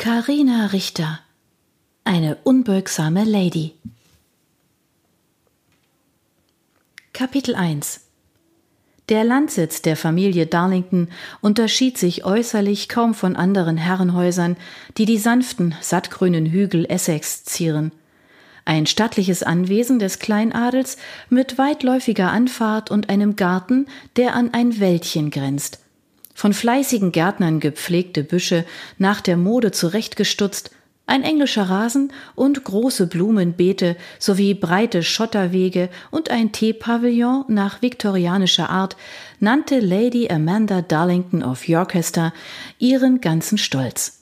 Carina Richter, eine unbeugsame Lady. Kapitel 1. Der Landsitz der Familie Darlington unterschied sich äußerlich kaum von anderen Herrenhäusern, die die sanften, sattgrünen Hügel Essex zieren. Ein stattliches Anwesen des Kleinadels mit weitläufiger Anfahrt und einem Garten, der an ein Wäldchen grenzt. Von fleißigen Gärtnern gepflegte Büsche, nach der Mode zurechtgestutzt, ein englischer Rasen und große Blumenbeete sowie breite Schotterwege und ein Teepavillon nach viktorianischer Art nannte Lady Amanda Darlington of Yorkester ihren ganzen Stolz.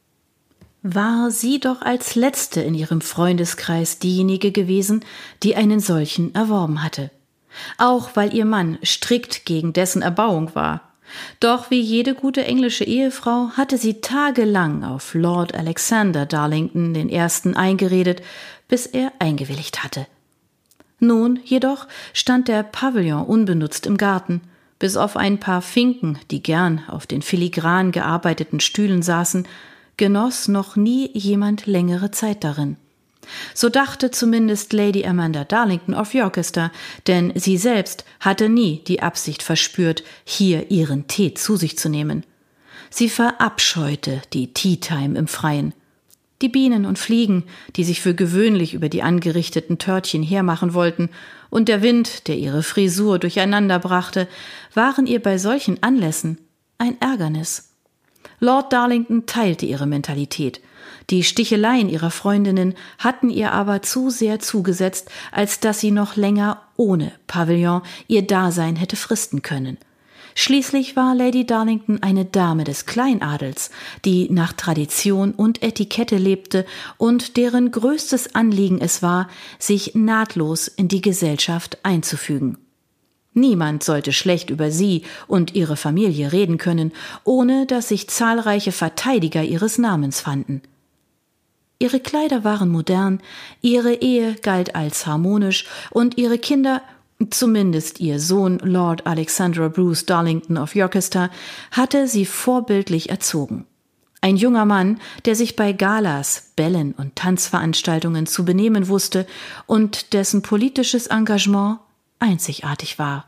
War sie doch als letzte in ihrem Freundeskreis diejenige gewesen, die einen solchen erworben hatte. Auch weil ihr Mann strikt gegen dessen Erbauung war. Doch wie jede gute englische Ehefrau hatte sie tagelang auf Lord Alexander Darlington I. eingeredet, bis er eingewilligt hatte. Nun jedoch stand der Pavillon unbenutzt im Garten, bis auf ein paar Finken, die gern auf den filigran gearbeiteten Stühlen saßen, genoss noch nie jemand längere Zeit darin. So dachte zumindest Lady Amanda Darlington of Yorkester, denn sie selbst hatte nie die Absicht verspürt, hier ihren Tee zu sich zu nehmen. Sie verabscheute die Tea-Time im Freien. Die Bienen und Fliegen, die sich für gewöhnlich über die angerichteten Törtchen hermachen wollten, und der Wind, der ihre Frisur durcheinander brachte, waren ihr bei solchen Anlässen ein Ärgernis. Lord Darlington teilte ihre Mentalität. Die Sticheleien ihrer Freundinnen hatten ihr aber zu sehr zugesetzt, als dass sie noch länger ohne Pavillon ihr Dasein hätte fristen können. Schließlich war Lady Darlington eine Dame des Kleinadels, die nach Tradition und Etikette lebte und deren größtes Anliegen es war, sich nahtlos in die Gesellschaft einzufügen. Niemand sollte schlecht über sie und ihre Familie reden können, ohne dass sich zahlreiche Verteidiger ihres Namens fanden. Ihre Kleider waren modern, ihre Ehe galt als harmonisch und ihre Kinder, zumindest ihr Sohn Lord Alexander Bruce Darlington of Yorkester, hatte sie vorbildlich erzogen. Ein junger Mann, der sich bei Galas, Bällen und Tanzveranstaltungen zu benehmen wusste und dessen politisches Engagement einzigartig war.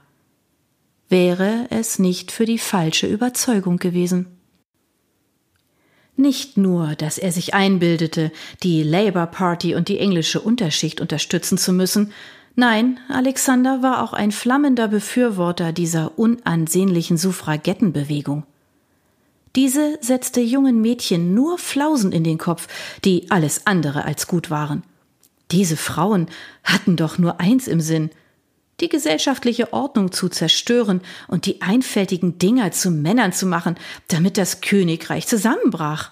Wäre es nicht für die falsche Überzeugung gewesen. Nicht nur, dass er sich einbildete, die Labour Party und die englische Unterschicht unterstützen zu müssen, nein, Alexander war auch ein flammender Befürworter dieser unansehnlichen Suffragettenbewegung. Diese setzte jungen Mädchen nur Flausen in den Kopf, die alles andere als gut waren. Diese Frauen hatten doch nur eins im Sinn: die gesellschaftliche Ordnung zu zerstören und die einfältigen Dinger zu Männern zu machen, damit das Königreich zusammenbrach.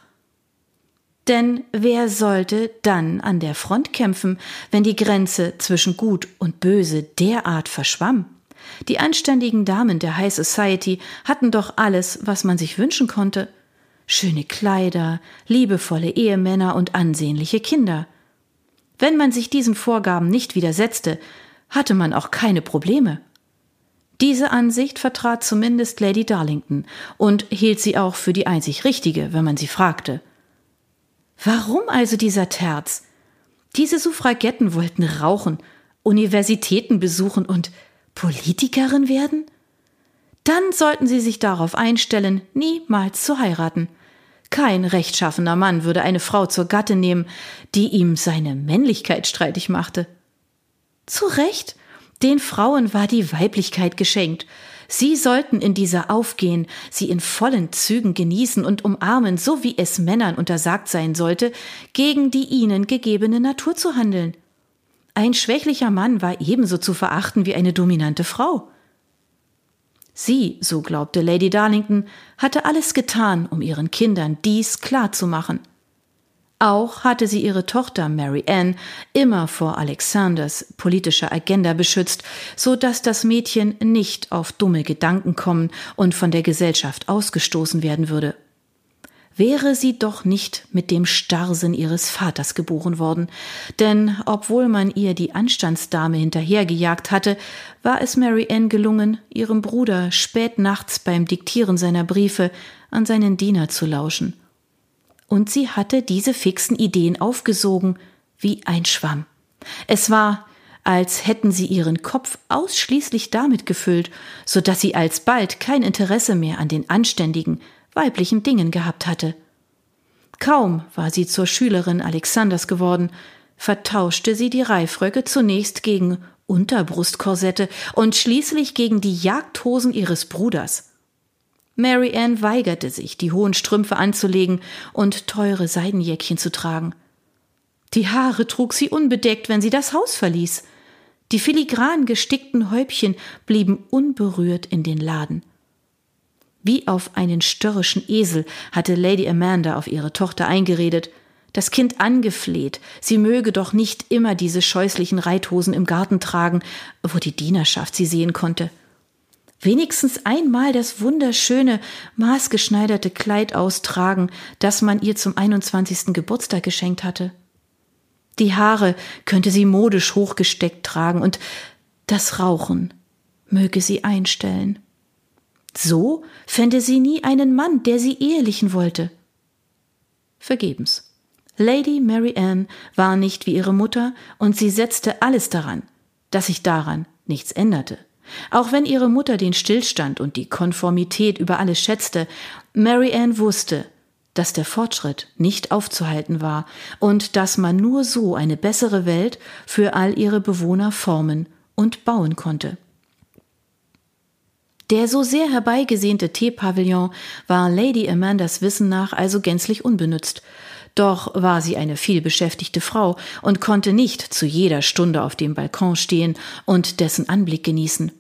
Denn wer sollte dann an der Front kämpfen, wenn die Grenze zwischen Gut und Böse derart verschwamm? Die anständigen Damen der High Society hatten doch alles, was man sich wünschen konnte. Schöne Kleider, liebevolle Ehemänner und ansehnliche Kinder. Wenn man sich diesen Vorgaben nicht widersetzte, hatte man auch keine Probleme. Diese Ansicht vertrat zumindest Lady Darlington und hielt sie auch für die einzig richtige, wenn man sie fragte. Warum also dieser Terz? Diese Suffragetten wollten rauchen, Universitäten besuchen und Politikerin werden? Dann sollten sie sich darauf einstellen, niemals zu heiraten. Kein rechtschaffener Mann würde eine Frau zur Gattin nehmen, die ihm seine Männlichkeit streitig machte. Zu Recht, den Frauen war die Weiblichkeit geschenkt. Sie sollten in dieser aufgehen, sie in vollen Zügen genießen und umarmen, so wie es Männern untersagt sein sollte, gegen die ihnen gegebene Natur zu handeln. Ein schwächlicher Mann war ebenso zu verachten wie eine dominante Frau. Sie, so glaubte Lady Darlington, hatte alles getan, um ihren Kindern dies klarzumachen. Auch hatte sie ihre Tochter Mary Ann immer vor Alexanders politischer Agenda beschützt, so dass das Mädchen nicht auf dumme Gedanken kommen und von der Gesellschaft ausgestoßen werden würde. Wäre sie doch nicht mit dem Starrsinn ihres Vaters geboren worden, denn obwohl man ihr die Anstandsdame hinterhergejagt hatte, war es Mary Ann gelungen, ihrem Bruder spät nachts beim Diktieren seiner Briefe an seinen Diener zu lauschen. und sie hatte diese fixen Ideen aufgesogen wie ein Schwamm. Es war, als hätten sie ihren Kopf ausschließlich damit gefüllt, so dass sie alsbald kein Interesse mehr an den anständigen, weiblichen Dingen gehabt hatte. Kaum war sie zur Schülerin Alexanders geworden, vertauschte sie die Reifröcke zunächst gegen Unterbrustkorsette und schließlich gegen die Jagdhosen ihres Bruders. Mary Ann weigerte sich, die hohen Strümpfe anzulegen und teure Seidenjäckchen zu tragen. Die Haare trug sie unbedeckt, wenn sie das Haus verließ. Die filigran gestickten Häubchen blieben unberührt in den Laden. Wie auf einen störrischen Esel hatte Lady Amanda auf ihre Tochter eingeredet, das Kind angefleht, sie möge doch nicht immer diese scheußlichen Reithosen im Garten tragen, wo die Dienerschaft sie sehen konnte. Wenigstens einmal das wunderschöne, maßgeschneiderte Kleid austragen, das man ihr zum 21. Geburtstag geschenkt hatte. Die Haare könnte sie modisch hochgesteckt tragen und das Rauchen möge sie einstellen. So fände sie nie einen Mann, der sie ehelichen wollte. Vergebens. Lady Mary Ann war nicht wie ihre Mutter und sie setzte alles daran, dass sich daran nichts änderte. Auch wenn ihre Mutter den Stillstand und die Konformität über alles schätzte, Mary Ann wusste, dass der Fortschritt nicht aufzuhalten war und dass man nur so eine bessere Welt für all ihre Bewohner formen und bauen konnte. Der so sehr herbeigesehnte Teepavillon war Lady Amandas Wissen nach also gänzlich unbenützt. Doch war sie eine vielbeschäftigte Frau und konnte nicht zu jeder Stunde auf dem Balkon stehen und dessen Anblick genießen.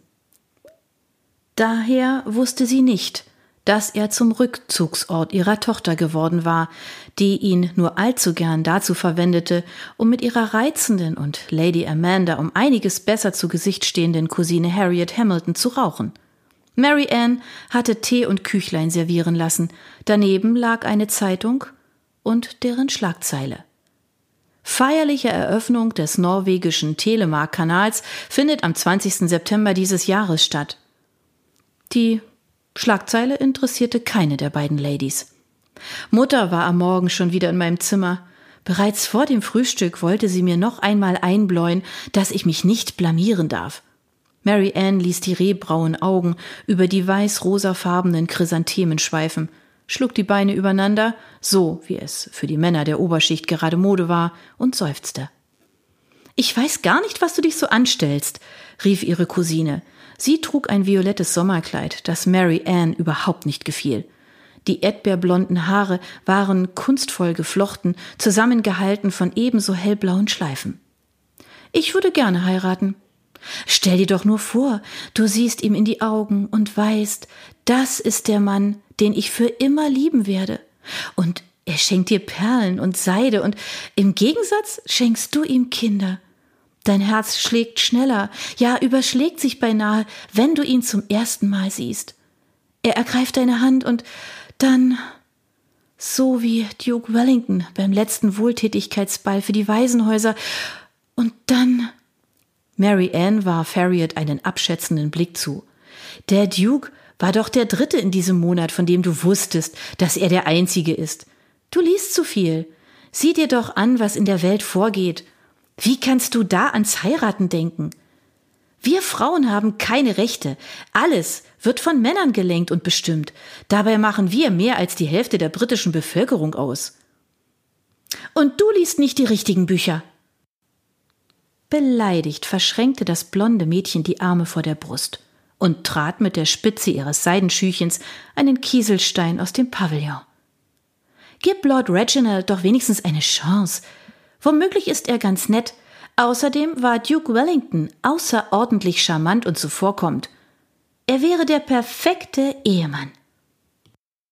Daher wusste sie nicht, dass er zum Rückzugsort ihrer Tochter geworden war, die ihn nur allzu gern dazu verwendete, um mit ihrer reizenden und Lady Amanda um einiges besser zu Gesicht stehenden Cousine Harriet Hamilton zu rauchen. Mary Ann hatte Tee und Küchlein servieren lassen, daneben lag eine Zeitung und deren Schlagzeile. Feierliche Eröffnung des norwegischen Telemark-Kanals findet am 20. September dieses Jahres statt. Die Schlagzeile interessierte keine der beiden Ladies. Mutter war am Morgen schon wieder in meinem Zimmer. Bereits vor dem Frühstück wollte sie mir noch einmal einbläuen, dass ich mich nicht blamieren darf. Mary Ann ließ die rehbraunen Augen über die weiß-rosafarbenen Chrysanthemen schweifen, schlug die Beine übereinander, so wie es für die Männer der Oberschicht gerade Mode war, und seufzte. »Ich weiß gar nicht, was du dich so anstellst«, rief ihre Cousine. Sie trug ein violettes Sommerkleid, das Mary Ann überhaupt nicht gefiel. Die erdbeerblonden Haare waren kunstvoll geflochten, zusammengehalten von ebenso hellblauen Schleifen. »Ich würde gerne heiraten.« »Stell dir doch nur vor, du siehst ihm in die Augen und weißt, das ist der Mann, den ich für immer lieben werde. Und er schenkt dir Perlen und Seide und im Gegensatz schenkst du ihm Kinder. Dein Herz schlägt schneller, ja überschlägt sich beinahe, wenn du ihn zum ersten Mal siehst. Er ergreift deine Hand und dann, so wie Duke Wellington beim letzten Wohltätigkeitsball für die Waisenhäuser, und dann...« Mary Ann warf Harriet einen abschätzenden Blick zu. »Der Duke war doch der Dritte in diesem Monat, von dem du wusstest, dass er der Einzige ist. Du liest zu viel. Sieh dir doch an, was in der Welt vorgeht. Wie kannst du da ans Heiraten denken? Wir Frauen haben keine Rechte. Alles wird von Männern gelenkt und bestimmt. Dabei machen wir mehr als die Hälfte der britischen Bevölkerung aus. Und du liest nicht die richtigen Bücher.« Beleidigt verschränkte das blonde Mädchen die Arme vor der Brust und trat mit der Spitze ihres Seidenschüchens einen Kieselstein aus dem Pavillon. »Gib Lord Reginald doch wenigstens eine Chance. Womöglich ist er ganz nett. Außerdem war Duke Wellington außerordentlich charmant und zuvorkommend. Er wäre der perfekte Ehemann.«